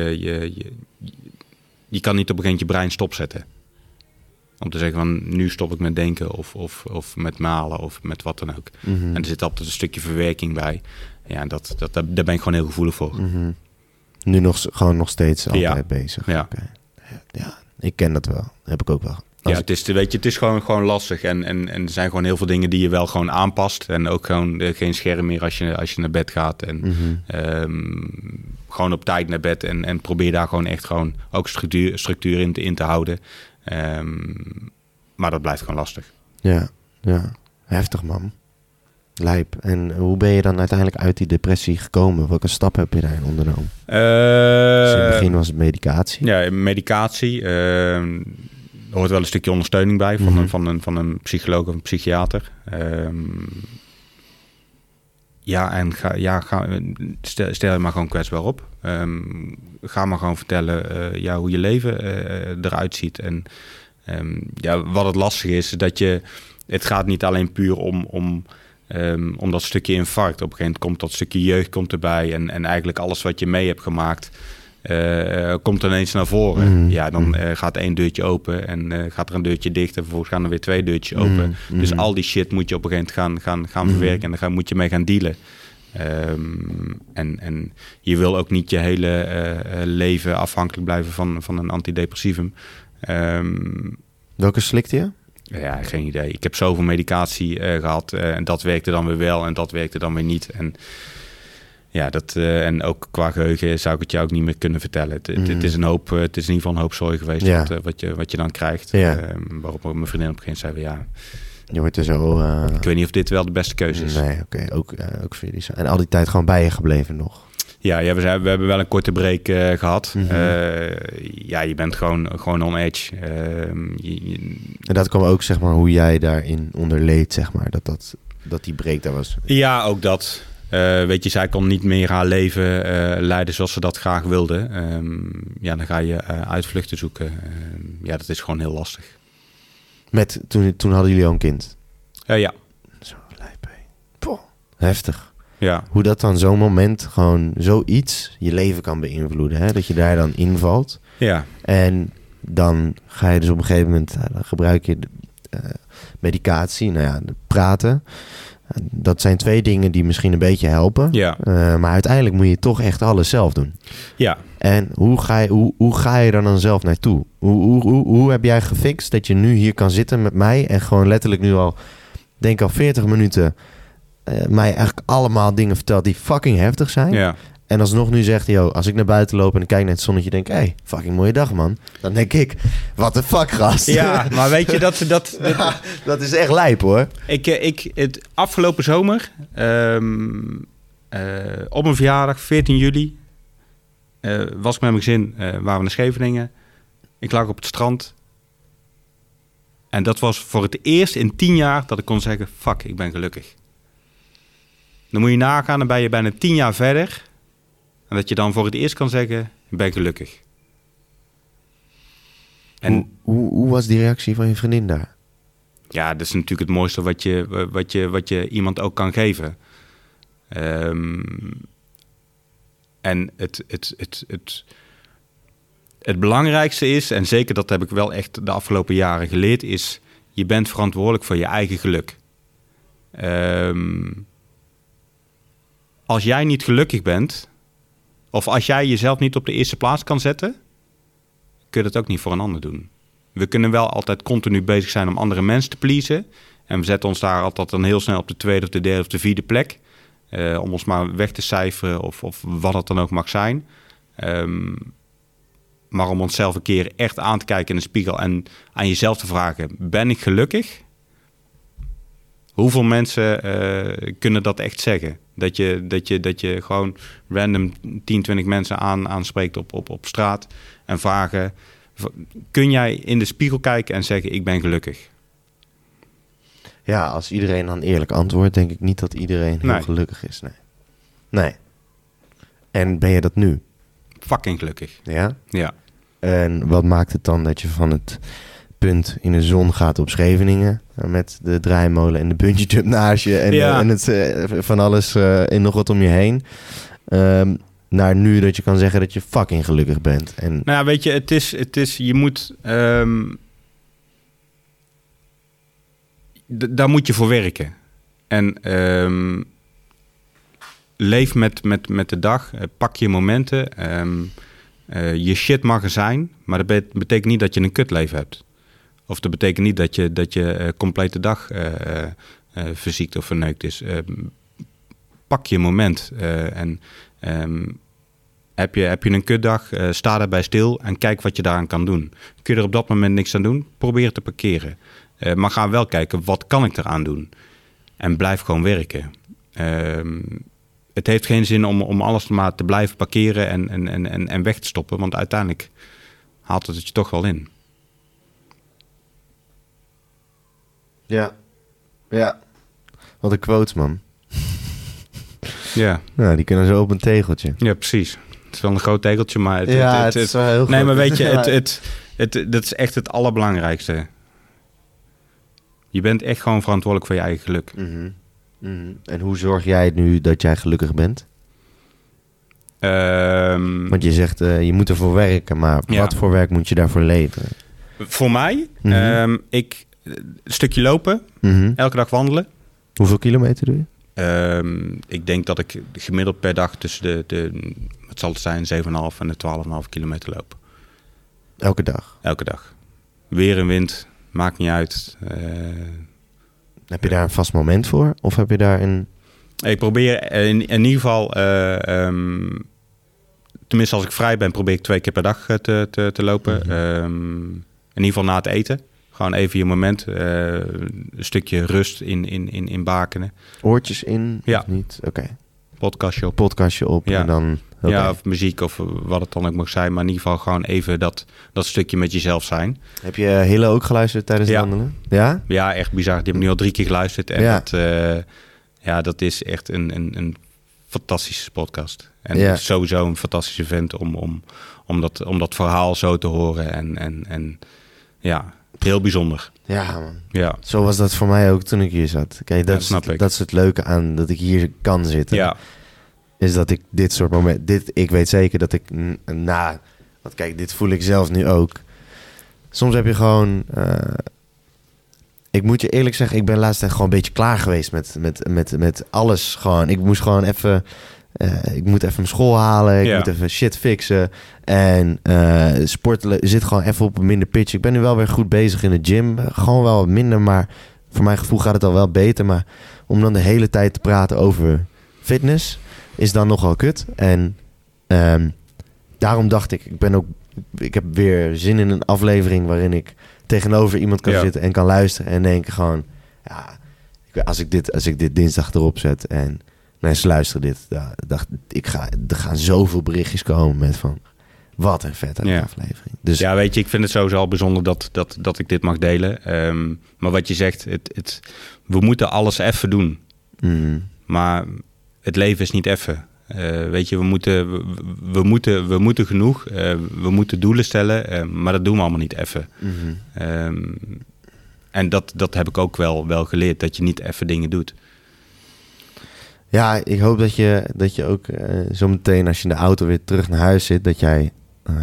je kan niet op een gegeven moment je brein stopzetten. Om te zeggen van nu stop ik met denken of met malen of met wat dan ook. Mm-hmm. En er zit altijd een stukje verwerking bij. Ja, daar ben ik gewoon heel gevoelig voor. Mm-hmm. Nu nog steeds altijd bezig. Ja. Okay. Ja, ik ken dat wel. Dat heb ik ook wel. Het is gewoon lastig. En er zijn gewoon heel veel dingen die je wel gewoon aanpast. En ook gewoon geen scherm meer als je naar bed gaat. En gewoon op tijd naar bed. En probeer daar gewoon echt gewoon ook structuur in te houden. Maar dat blijft gewoon lastig. Ja. Heftig, man. Lijp. En hoe ben je dan uiteindelijk uit die depressie gekomen? Welke stap heb je daarin ondernomen? Dus in het begin was het medicatie. Ja, medicatie. Er hoort wel een stukje ondersteuning bij van een psycholoog of een psychiater. Stel je maar gewoon kwetsbaar op. Ga maar gewoon vertellen hoe je leven eruit ziet. En wat het lastig is, dat het gaat niet alleen puur om dat stukje infarct. Op een gegeven moment komt dat stukje jeugd komt erbij. En eigenlijk alles wat je mee hebt gemaakt, komt ineens naar voren. Dan gaat 1 deurtje open en gaat er een deurtje dicht. En vervolgens gaan er weer 2 deurtjes open. Dus al die shit moet je op een gegeven moment gaan verwerken. En daar moet je mee gaan dealen. En je wil ook niet je hele leven afhankelijk blijven van een antidepressivum. Welke slikte je? Ja, geen idee. Ik heb zoveel medicatie gehad. En dat werkte dan weer wel en dat werkte dan weer niet. En ja, en ook qua geheugen zou ik het je ook niet meer kunnen vertellen. Het is het is in ieder geval een hoop zorg geweest wat je dan krijgt. Ja. Waarop mijn vriendin op een gegeven moment zei, je wordt er zo... ik weet niet of dit wel de beste keuze is. Nee, oké. Ook voor jullie zo. En al die tijd gewoon bij je gebleven nog? Ja, we hebben wel een korte break gehad. Je bent gewoon on edge. En dat kwam ook, zeg maar, hoe jij daarin onderleed, zeg maar. Dat die break daar was. Ja, ook dat. Weet je, zij kon niet meer haar leven leiden zoals ze dat graag wilde. Dan ga je uitvluchten zoeken. Dat is gewoon heel lastig. Toen hadden jullie al een kind? Ja. Zo, lijp, hé. Poh, heftig. Ja. Hoe dat dan zo'n moment gewoon zoiets je leven kan beïnvloeden. Hè? Dat je daar dan invalt. Ja. En dan ga je dus op een gegeven moment... dan gebruik je medicatie, praten. Dat zijn 2 dingen die misschien een beetje helpen. Ja. Maar uiteindelijk moet je toch echt alles zelf doen. Ja. En hoe ga je er dan zelf naartoe? Hoe heb jij gefixt dat je nu hier kan zitten met mij... en gewoon letterlijk nu al, denk al 40 minuten... mij eigenlijk allemaal dingen vertelt die fucking heftig zijn. Ja. En alsnog nu zegt, als ik naar buiten loop en ik kijk naar het zonnetje... denk ik, hey, fucking mooie dag, man. Dan denk ik, what the fuck, gast. Ja, maar weet je, dat is echt lijp, hoor. Het afgelopen zomer... op mijn verjaardag, 14 juli... was ik met mijn gezin, waren we naar Scheveningen. Ik lag op het strand. En dat was voor het eerst in 10 jaar dat ik kon zeggen... fuck, ik ben gelukkig. Dan moet je nagaan, dan ben je bijna 10 jaar verder... en dat je dan voor het eerst kan zeggen... ik ben gelukkig. En hoe was die reactie van je vriendin daar? Ja, dat is natuurlijk het mooiste wat je iemand ook kan geven. En het belangrijkste is... en zeker dat heb ik wel echt de afgelopen jaren geleerd... is je bent verantwoordelijk voor je eigen geluk. Als jij niet gelukkig bent... of als jij jezelf niet op de eerste plaats kan zetten... kun je dat ook niet voor een ander doen. We kunnen wel altijd continu bezig zijn om andere mensen te pleasen... en we zetten ons daar altijd dan heel snel op de 2e of de 3e of de 4e plek... om ons maar weg te cijferen of wat het dan ook mag zijn... maar om onszelf een keer echt aan te kijken in de spiegel... en aan jezelf te vragen, ben ik gelukkig? Hoeveel mensen kunnen dat echt zeggen? Dat je gewoon random 10, 20 mensen aanspreekt op straat... en vragen, kun jij in de spiegel kijken en zeggen, ik ben gelukkig? Ja, als iedereen dan eerlijk antwoordt... denk ik niet dat iedereen heel gelukkig is. Nee. En ben je dat nu? Fucking gelukkig. Ja? Ja. En wat maakt het dan dat je van het punt in de zon gaat op Scheveningen... met de draaimolen en de bungee jump naast je... en het van alles en nog wat om je heen... naar nu dat je kan zeggen dat je fucking gelukkig bent. En... Nou ja, weet je, het is je moet... daar moet je voor werken. En leef met de dag. Pak je momenten. Je shit mag er zijn. Maar dat betekent niet dat je een kutleven hebt. Of dat betekent niet dat je complete dag verziekt of verneukt is. Pak je moment. Heb je een kutdag, sta daarbij stil en kijk wat je daaraan kan doen. Kun je er op dat moment niks aan doen? Probeer het te parkeren. Maar ga wel kijken, wat kan ik eraan doen? En blijf gewoon werken. Het heeft geen zin om alles maar te blijven parkeren en weg te stoppen. Want uiteindelijk haalt het je toch wel in. Ja. Wat een quotes, man. Ja. Nou, die kunnen zo op een tegeltje. Ja, precies. Het is wel een groot tegeltje, maar... Het is wel heel groot. Nee, maar weet je, dat is echt het allerbelangrijkste. Je bent echt gewoon verantwoordelijk voor je eigen geluk. Mm-hmm. Mm-hmm. En hoe zorg jij nu dat jij gelukkig bent? Want je zegt, je moet ervoor werken, maar wat voor werk moet je daarvoor leveren? Voor mij? Mm-hmm. Een stukje lopen, elke dag wandelen. Hoeveel kilometer doe je? Ik denk dat ik gemiddeld per dag tussen wat zal het zijn, 7,5 en de 12,5 kilometer loop. Elke dag? Elke dag. Weer en wind, maakt niet uit. Heb je daar een vast moment voor? Of heb je daar een... Ik probeer in ieder geval... tenminste, als ik vrij ben, probeer ik 2 keer per dag te lopen. In ieder geval na het eten. Gewoon even je moment. Een stukje rust in bakenen. Oortjes in? Ja. Of niet? Oké. Podcastje op. Ja. En dan... Okay. Ja, of muziek of wat het dan ook mag zijn. Maar in ieder geval gewoon even dat stukje met jezelf zijn. Heb je Hille ook geluisterd tijdens het wandelen? Ja? Ja, echt bizar. Die heb ik nu al 3 keer geluisterd. En dat is echt een fantastische podcast. En sowieso een fantastische vent om dat verhaal zo te horen. En ja, heel bijzonder. Ja, man. Ja. Zo was dat voor mij ook toen ik hier zat. Kijk, dat is het leuke aan dat ik hier kan zitten. Ja. Is dat ik dit soort momenten... Ik weet zeker dat ik want kijk, dit voel ik zelf nu ook. Soms heb je gewoon... ik moet je eerlijk zeggen, ik ben laatst tijd gewoon een beetje klaar geweest met alles. Gewoon. Ik moest gewoon even... ik moet even mijn school halen. Ik moet even shit fixen. En sporten zit gewoon even op een minder pitch. Ik ben nu wel weer goed bezig in de gym. Gewoon wel wat minder, maar voor mijn gevoel gaat het al wel beter. Maar om dan de hele tijd te praten over fitness is dan nogal kut. En daarom dacht ik heb weer zin in een aflevering waarin ik tegenover iemand kan zitten en kan luisteren en denken gewoon, ja, als ik dit dinsdag erop zet en mensen luisteren dit, er gaan zoveel berichtjes komen met van, wat een vette aflevering. Dus ja, weet je, ik vind het sowieso al bijzonder dat ik dit mag delen. Maar wat je zegt, we moeten alles even doen. Maar het leven is niet even. Weet je, we moeten genoeg. We moeten doelen stellen, maar dat doen we allemaal niet even. En dat heb ik ook wel geleerd, dat je niet even dingen doet. Ja, ik hoop dat je ook zometeen als je in de auto weer terug naar huis zit, dat jij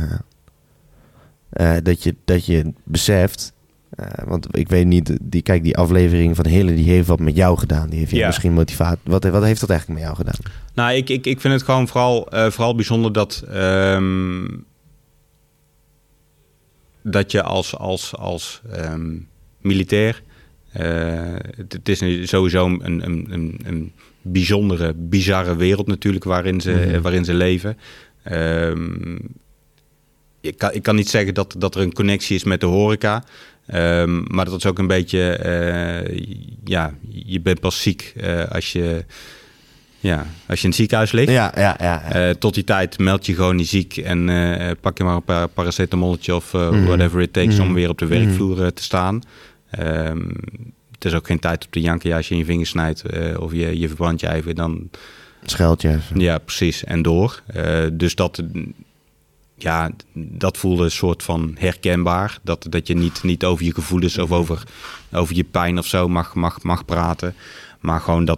dat je beseft. Want ik weet niet, die aflevering van Hille, die heeft wat met jou gedaan. Die heeft je misschien motivatie. Wat heeft dat eigenlijk met jou gedaan? Nou, ik vind het gewoon vooral bijzonder dat je als militair... het is sowieso een bijzondere, bizarre wereld natuurlijk waarin ze leven. Ik kan niet zeggen dat er een connectie is met de horeca. Maar dat is ook een beetje... je bent pas ziek als je in het ziekenhuis ligt. Ja. Tot die tijd meld je gewoon niet ziek en pak je maar een paracetamolletje of whatever it takes om weer op de werkvloer te staan. Het is ook geen tijd op de janken. Ja, als je in je vingers snijdt of je verbrandt je even, dan... Scheld je even. Ja, precies. En door. Dus dat voelde een soort van herkenbaar. Dat je niet over je gevoelens of over je pijn of zo mag praten. Maar gewoon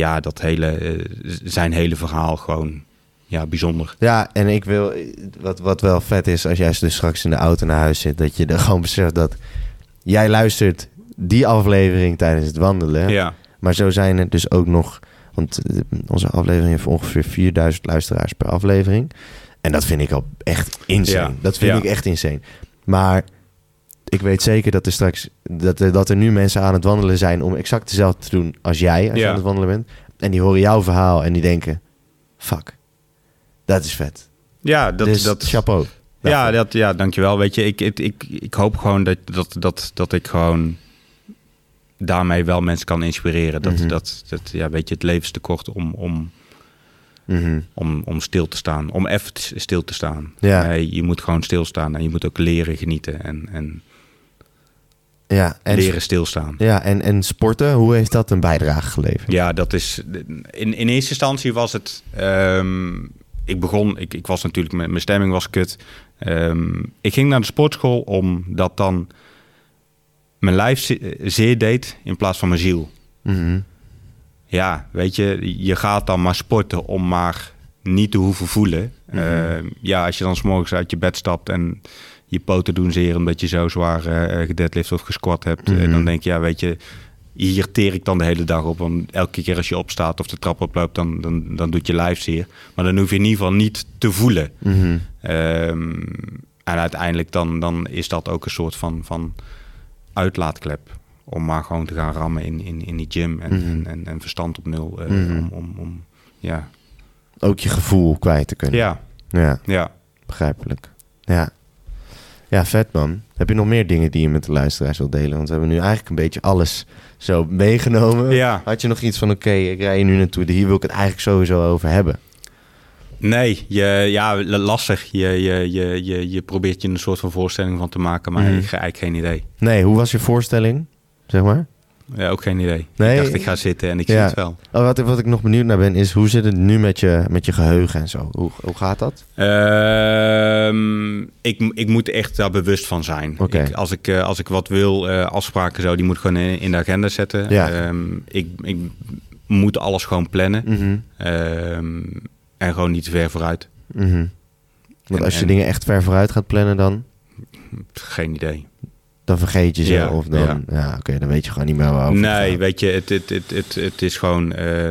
zijn hele verhaal gewoon bijzonder. Ja, en ik wil... Wat wel vet is, als jij dus straks in de auto naar huis zit, dat je er gewoon beseft dat jij luistert die aflevering tijdens het wandelen. Ja. Maar zo zijn er dus ook nog... Want onze aflevering heeft ongeveer 4000 luisteraars per aflevering. En dat vind ik al echt insane. Ja. Dat vind ik echt insane. Maar ik weet zeker dat er straks... Dat er nu mensen aan het wandelen zijn om exact hetzelfde te doen als jij. Als je aan het wandelen bent. En die horen jouw verhaal en die denken... Fuck, dat is vet. Ja, dat chapeau. Ja, dankjewel. Weet je, ik hoop gewoon dat ik gewoon daarmee wel mensen kan inspireren. Weet je, het leven is te kort om stil te staan. Om even stil te staan. Ja. Je moet gewoon stilstaan en je moet ook leren genieten en leren stilstaan. Ja, en sporten, hoe heeft dat een bijdrage geleverd? Ja, dat is... In eerste instantie was het... Ik was natuurlijk... Mijn stemming was kut. Ik ging naar de sportschool omdat dan mijn lijf zeer deed in plaats van mijn ziel. Ja, weet je, je gaat dan maar sporten om maar niet te hoeven voelen. Als je dan 's morgens uit je bed stapt en je poten doen zeer omdat je zo zwaar gedeadlift of gesquat hebt. Dan denk je, weet je, hier teer ik dan de hele dag op. Want elke keer als je opstaat of de trap oploopt, dan doet je lijf zeer. Maar dan hoef je in ieder geval niet te voelen. En uiteindelijk dan is dat ook een soort van uitlaatklep. Om maar gewoon te gaan rammen in die gym en verstand op nul. Ook je gevoel kwijt te kunnen. Ja. Begrijpelijk. Ja, vet man. Heb je nog meer dingen die je met de luisteraars wilt delen? Want we hebben nu eigenlijk een beetje alles zo meegenomen. Ja. Had je nog iets van, oké, ik rij hier nu naartoe. Hier wil ik het eigenlijk sowieso over hebben. Nee, lastig. Je probeert je een soort van voorstelling van te maken, maar ik heb eigenlijk geen idee. Nee, hoe was je voorstelling, zeg maar? Ja, ook geen idee. Nee? Ik dacht, ik ga zitten en ik zie het wel. Wat ik nog benieuwd naar ben, is hoe zit het nu met je geheugen en zo? Hoe gaat dat? Ik moet echt daar bewust van zijn. Okay. Als ik wat wil, afspraken zo, die moet ik gewoon in de agenda zetten. Ja. Ik moet alles gewoon plannen. Mm-hmm. En gewoon niet te ver vooruit. Mm-hmm. Want als je dingen echt ver vooruit gaat plannen dan? Geen idee. Dan vergeet je ze of dan... Ja. Ja, oké, dan weet je gewoon niet meer waarover Nee, weet je, het is gewoon...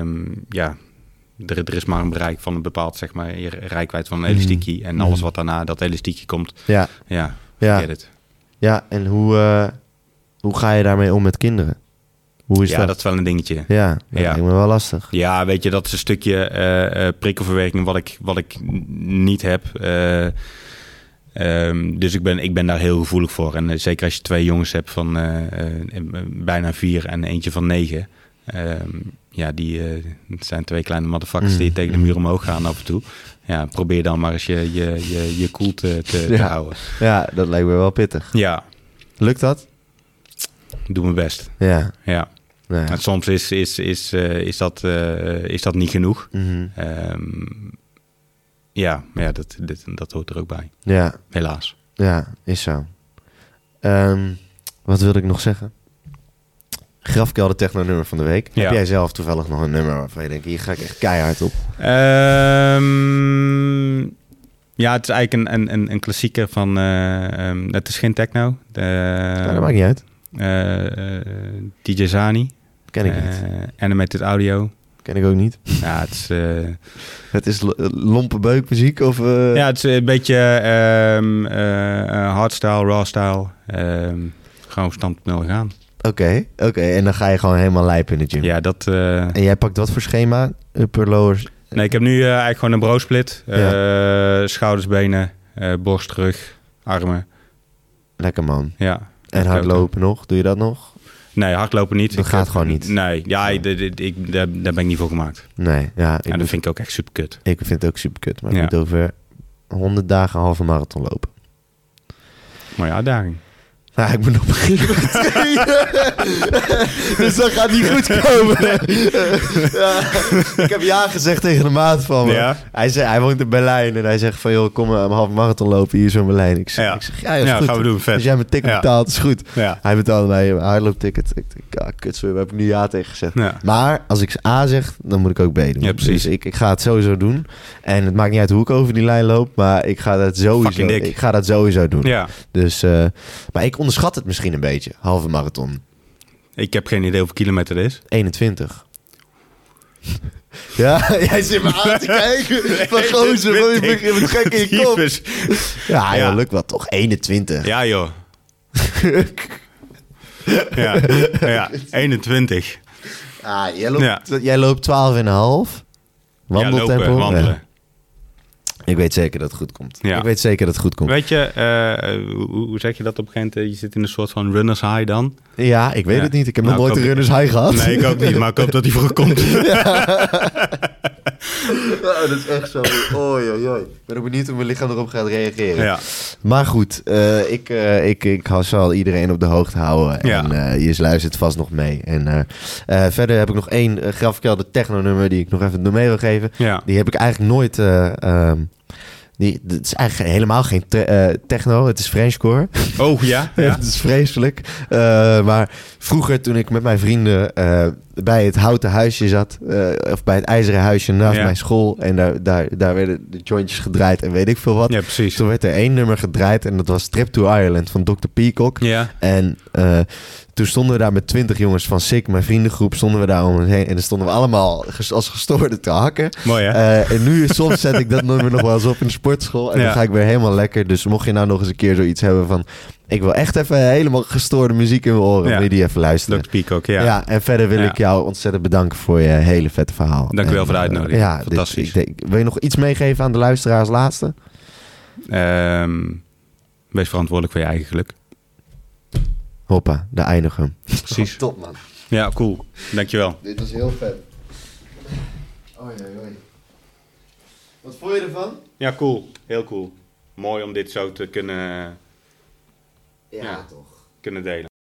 Er is maar een bereik van een bepaald, zeg maar, reikwijd van een elastiekje. En alles wat daarna dat elastiekje komt. Ja. Get it. Ja, en hoe ga je daarmee om met kinderen? Hoe is dat? Dat is wel een dingetje. Ja, dat lijkt me wel lastig. Ja, weet je, dat is een stukje prikkelverwerking wat ik niet heb. Dus ik ben daar heel gevoelig voor. En zeker als je 2 jongens hebt van bijna 4 en eentje van 9. Het zijn 2 kleine motherfuckers die tegen de muur omhoog gaan af en toe. Ja, probeer dan maar eens je cool te houden. Ja, dat lijkt me wel pittig. Ja. Lukt dat? Doe mijn best. Ja. En soms is dat niet genoeg. Mm-hmm. Maar dat hoort er ook bij. Ja. Helaas. Ja, is zo. Wat wilde ik nog zeggen? Grafkelder techno-nummer van de week. Ja. Heb jij zelf toevallig nog een nummer waarvan je denkt, hier ga ik echt keihard op? Het is eigenlijk een klassieker van... het is geen techno. Dat maakt niet uit. DJ Zani. Ken ik niet. Animated Audio. Ken ik ook niet. Ja, het is... Het is lompe beukmuziek of... Ja, het is een beetje hardstyle, rawstyle. Gewoon standaard gaan. Oké. En dan ga je gewoon helemaal lijpen in de gym. Ja, dat... En jij pakt wat voor schema? Upper, lowers? Nee, ik heb nu eigenlijk gewoon een bro-split. Schouders, benen, borst, rug, armen. Lekker man. Ja. En hardlopen nog? Doe je dat nog? Nee, hardlopen niet. Dat gaat gewoon niet. Nee, daar ben ik niet voor gemaakt. Nee, ja. Dat vind ik ook echt super kut. Ik vind het ook super kut. Maar ik moet over 100 dagen een halve marathon lopen. Mooie uitdaging. Nou, ik moet nog beginnen met trainen. Dus dat gaat niet goed komen. Ik heb ja gezegd tegen de maat van me. Ja? Hij woont in Berlijn en hij zegt van... joh, kom een halve marathon lopen hier zo in Berlijn. Ik zeg, is goed. Gaan we doen, vet. Als jij mijn ticket betaalt, is goed. Ja. Hij betaalde mij een hardloopticket. Ik denk, kut, zo heb ik nu ja tegen gezegd. Ja. Maar als ik A zeg, dan moet ik ook B doen. Ja, precies. Dus ik ga het sowieso doen. En het maakt niet uit hoe ik over die lijn loop, maar ik ga dat sowieso doen. Ja. Dus, maar ik onderschat het misschien een beetje, halve marathon. Ik heb geen idee hoeveel kilometer het is. 21. Ja, jij zit me aan te kijken. Van gozer, je bent gek in je kop. Ja, joh, lukt wel toch. 21. Ja, joh. ja, 21. Jij loopt 12,5. Wandeltempo. Ja, wandelen. Ja. Ik weet zeker dat het goed komt. Weet je, hoe zeg je dat op een gegeven moment? Je zit in een soort van runners high dan? Ja, ik weet het niet. Ik heb nog nooit een runners high gehad. Nee, ik ook niet. Maar ik hoop dat hij vroeg komt. Dat is echt zo. Oei. Ik ben ook benieuwd hoe mijn lichaam erop gaat reageren. Ja. Maar goed, ik zal iedereen op de hoogte houden. En je luistert vast nog mee. En verder heb ik nog 1 Grafkelder techno-nummer die ik nog even mee wil geven. Ja. Die heb ik eigenlijk nooit... Het is eigenlijk helemaal geen techno. Het is Frenchcore. Oh ja? Het is vreselijk. Maar vroeger toen ik met mijn vrienden bij het houten huisje zat... of bij het ijzeren huisje naast mijn school... en daar werden de jointjes gedraaid en weet ik veel wat. Ja, precies. Toen werd er 1 nummer gedraaid en dat was Trip to Ireland van Dr. Peacock. Ja. En... toen stonden we daar met 20 jongens van SICK, mijn vriendengroep, stonden we daar om ons heen. En dan stonden we allemaal als gestoorden te hakken. Mooi, hè? En nu soms zet ik dat nummer nog wel eens op in de sportschool. En dan ga ik weer helemaal lekker. Dus mocht je nou nog eens een keer zoiets hebben van... ik wil echt even helemaal gestoorde muziek in mijn oren. Wil je die even luisteren. Dr. Peacock, ja. Ja, en verder wil ik jou ontzettend bedanken voor je hele vette verhaal. Dank u wel voor de uitnodiging. Fantastisch. Wil je nog iets meegeven aan de luisteraar als laatste? Wees verantwoordelijk voor je eigen geluk. Hoppa, daar eindigen. Precies. Top, man. Ja, cool. Dankjewel. Dit was heel vet. Oei. Wat vond je ervan? Ja, cool. Heel cool. Mooi om dit zo te kunnen... Ja, toch. Kunnen delen.